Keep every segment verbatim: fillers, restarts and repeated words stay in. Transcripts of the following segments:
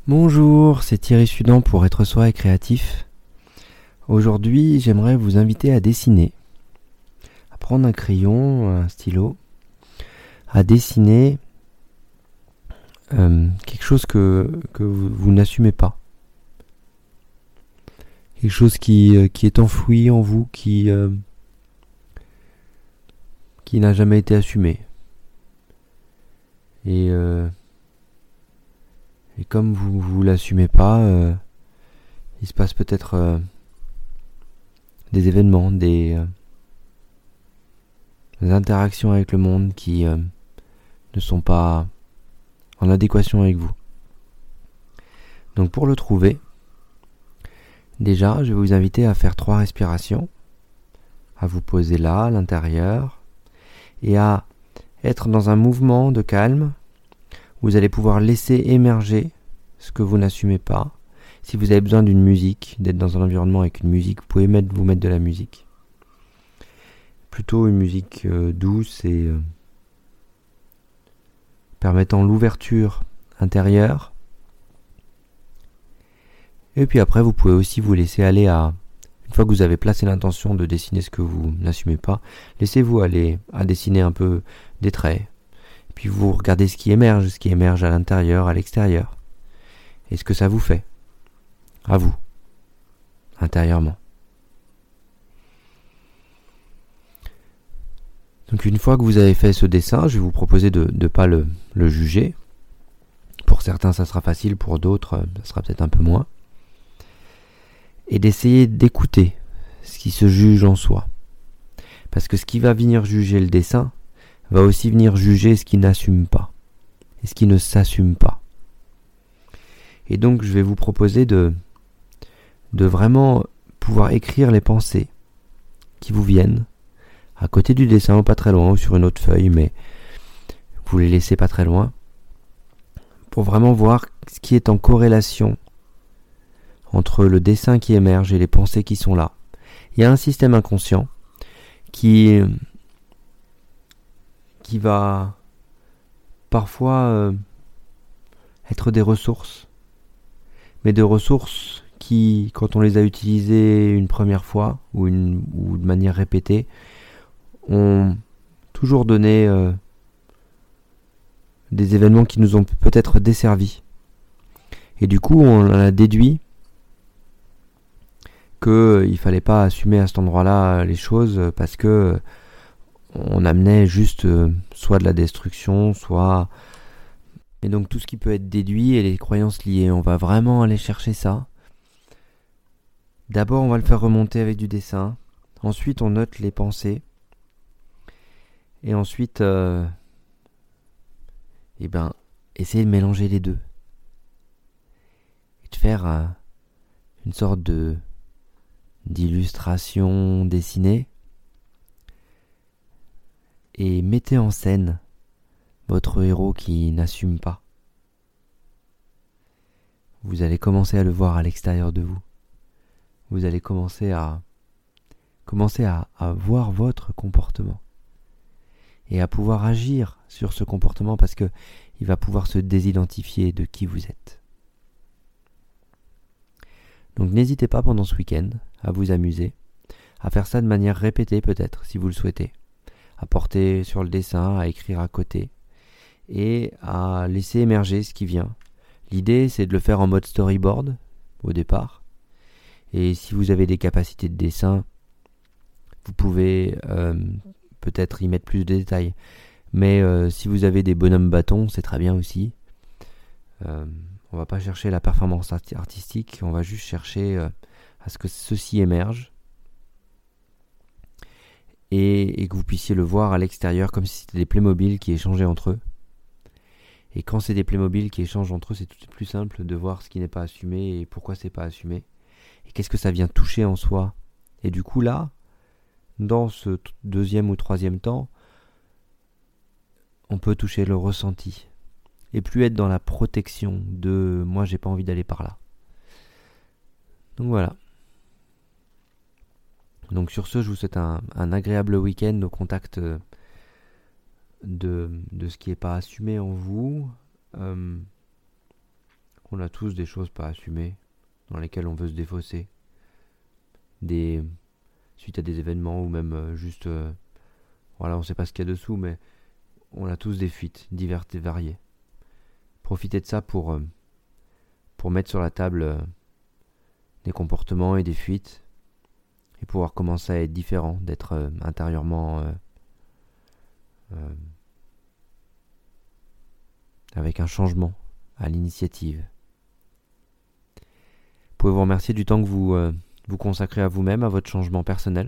Bonjour, c'est Thierry Sudan pour Être Soi et Créatif. Aujourd'hui, j'aimerais vous inviter à dessiner, à prendre un crayon, un stylo, à dessiner euh, quelque chose que, que vous, vous n'assumez pas. Quelque chose qui, euh, qui est enfoui en vous, qui, euh, qui n'a jamais été assumé. Et, euh, et comme vous ne l'assumez pas, euh, il se passe peut-être euh, des événements, des, euh, des interactions avec le monde qui euh, ne sont pas en adéquation avec vous. Donc pour le trouver, déjà je vais vous inviter à faire trois respirations, à vous poser là, à l'intérieur, et à être dans un mouvement de calme. Vous allez pouvoir laisser émerger ce que vous n'assumez pas. Si vous avez besoin d'une musique, d'être dans un environnement avec une musique, vous pouvez mettre, vous mettre de la musique. Plutôt une musique euh, douce et euh, permettant l'ouverture intérieure. Et puis après, vous pouvez aussi vous laisser aller à... Une fois que vous avez placé l'intention de dessiner ce que vous n'assumez pas, laissez-vous aller à dessiner un peu des traits. Et puis vous regardez ce qui émerge, ce qui émerge à l'intérieur, à l'extérieur. Et ce que ça vous fait. À vous. Intérieurement. Donc une fois que vous avez fait ce dessin, je vais vous proposer de ne pas le, le juger. Pour certains, ça sera facile, pour d'autres, ça sera peut-être un peu moins. Et d'essayer d'écouter ce qui se juge en soi. Parce que ce qui va venir juger le dessin va aussi venir juger ce qui n'assume pas et ce qui ne s'assume pas. Et donc je vais vous proposer de, de vraiment pouvoir écrire les pensées qui vous viennent à côté du dessin ou pas très loin ou sur une autre feuille, mais vous les laissez pas très loin pour vraiment voir ce qui est en corrélation entre le dessin qui émerge et les pensées qui sont là. Il y a un système inconscient qui, qui va parfois euh, être des ressources, mais des ressources qui, quand on les a utilisées une première fois ou, une, ou de manière répétée, ont toujours donné euh, des événements qui nous ont peut-être desservis. Et du coup, on en a déduit qu'il ne fallait pas assumer à cet endroit-là les choses parce que on amenait juste euh, soit de la destruction, soit... Et donc tout ce qui peut être déduit et les croyances liées, on va vraiment aller chercher ça. D'abord, on va le faire remonter avec du dessin. Ensuite, on note les pensées. Et ensuite, euh, eh ben, essayer de mélanger les deux. Et de faire euh, une sorte de d'illustration dessinée. Et mettez en scène votre héros qui n'assume pas. Vous allez commencer à le voir à l'extérieur de vous. Vous allez commencer à commencer à, à voir votre comportement et à pouvoir agir sur ce comportement parce que il va pouvoir se désidentifier de qui vous êtes. Donc n'hésitez pas pendant ce week-end à vous amuser, à faire ça de manière répétée peut-être si vous le souhaitez, à porter sur le dessin, à écrire à côté et à laisser émerger ce qui vient. L'idée c'est de le faire en mode storyboard au départ. Et si vous avez des capacités de dessin, vous pouvez euh, peut-être y mettre plus de détails. Mais euh, si vous avez des bonhommes bâtons, c'est très bien aussi. Euh, on va pas chercher la performance artistique, on va juste chercher euh, à ce que ceci émerge. Et, et que vous puissiez le voir à l'extérieur comme si c'était des Playmobil qui échangeaient entre eux. Et quand c'est des Playmobil qui échangent entre eux, c'est tout plus simple de voir ce qui n'est pas assumé et pourquoi c'est pas assumé. Et qu'est-ce que ça vient toucher en soi. Et du coup là, dans ce t- deuxième ou troisième temps, on peut toucher le ressenti. Et plus être dans la protection de « moi j'ai pas envie d'aller par là ». Donc voilà. Donc sur ce, je vous souhaite un, un agréable week-end au contact de, de ce qui n'est pas assumé en vous. Euh, On a tous des choses pas assumées, dans lesquelles on veut se défausser. Des... Suite à des événements ou même euh, juste... Euh, voilà, on sait pas ce qu'il y a dessous, mais on a tous des fuites diverses et variées. Profitez de ça pour, euh, pour mettre sur la table euh, des comportements et des fuites et pouvoir commencer à être différent, d'être euh, intérieurement euh, euh, avec un changement à l'initiative. Vous pouvez vous remercier du temps que vous, euh, vous consacrez à vous-même, à votre changement personnel.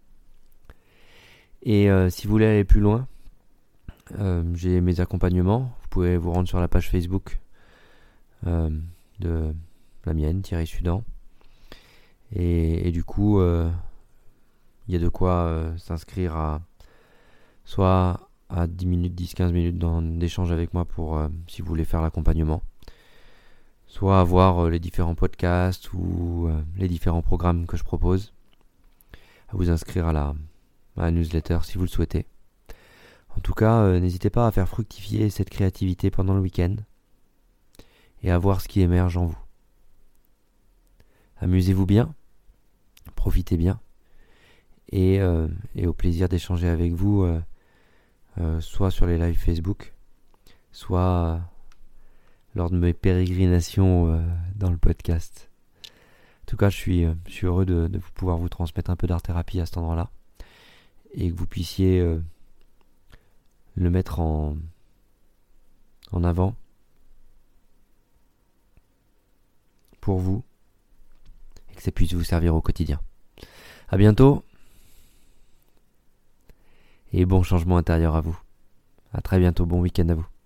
Et euh, si vous voulez aller plus loin, euh, j'ai mes accompagnements. Vous pouvez vous rendre sur la page Facebook euh, de la mienne, Thierry Sudan. Et, et du coup, il euh, y a de quoi euh, s'inscrire à soit à dix minutes, dix à quinze minutes d'échange avec moi pour euh, si vous voulez faire l'accompagnement, soit avoir euh, les différents podcasts ou euh, les différents programmes que je propose, à vous inscrire à la, à la newsletter si vous le souhaitez. En tout cas, euh, n'hésitez pas à faire fructifier cette créativité pendant le week-end et à voir ce qui émerge en vous. Amusez-vous bien, profitez bien et, euh, et au plaisir d'échanger avec vous euh, euh, soit sur les lives Facebook, soit euh, lors de mes pérégrinations euh, dans le podcast. En tout cas, je suis, euh, je suis heureux de, de pouvoir vous transmettre un peu d'art-thérapie à cet endroit-là et que vous puissiez euh, le mettre en, en avant pour vous et que ça puisse vous servir au quotidien. À bientôt et bon changement intérieur à vous. À très bientôt, bon week-end à vous.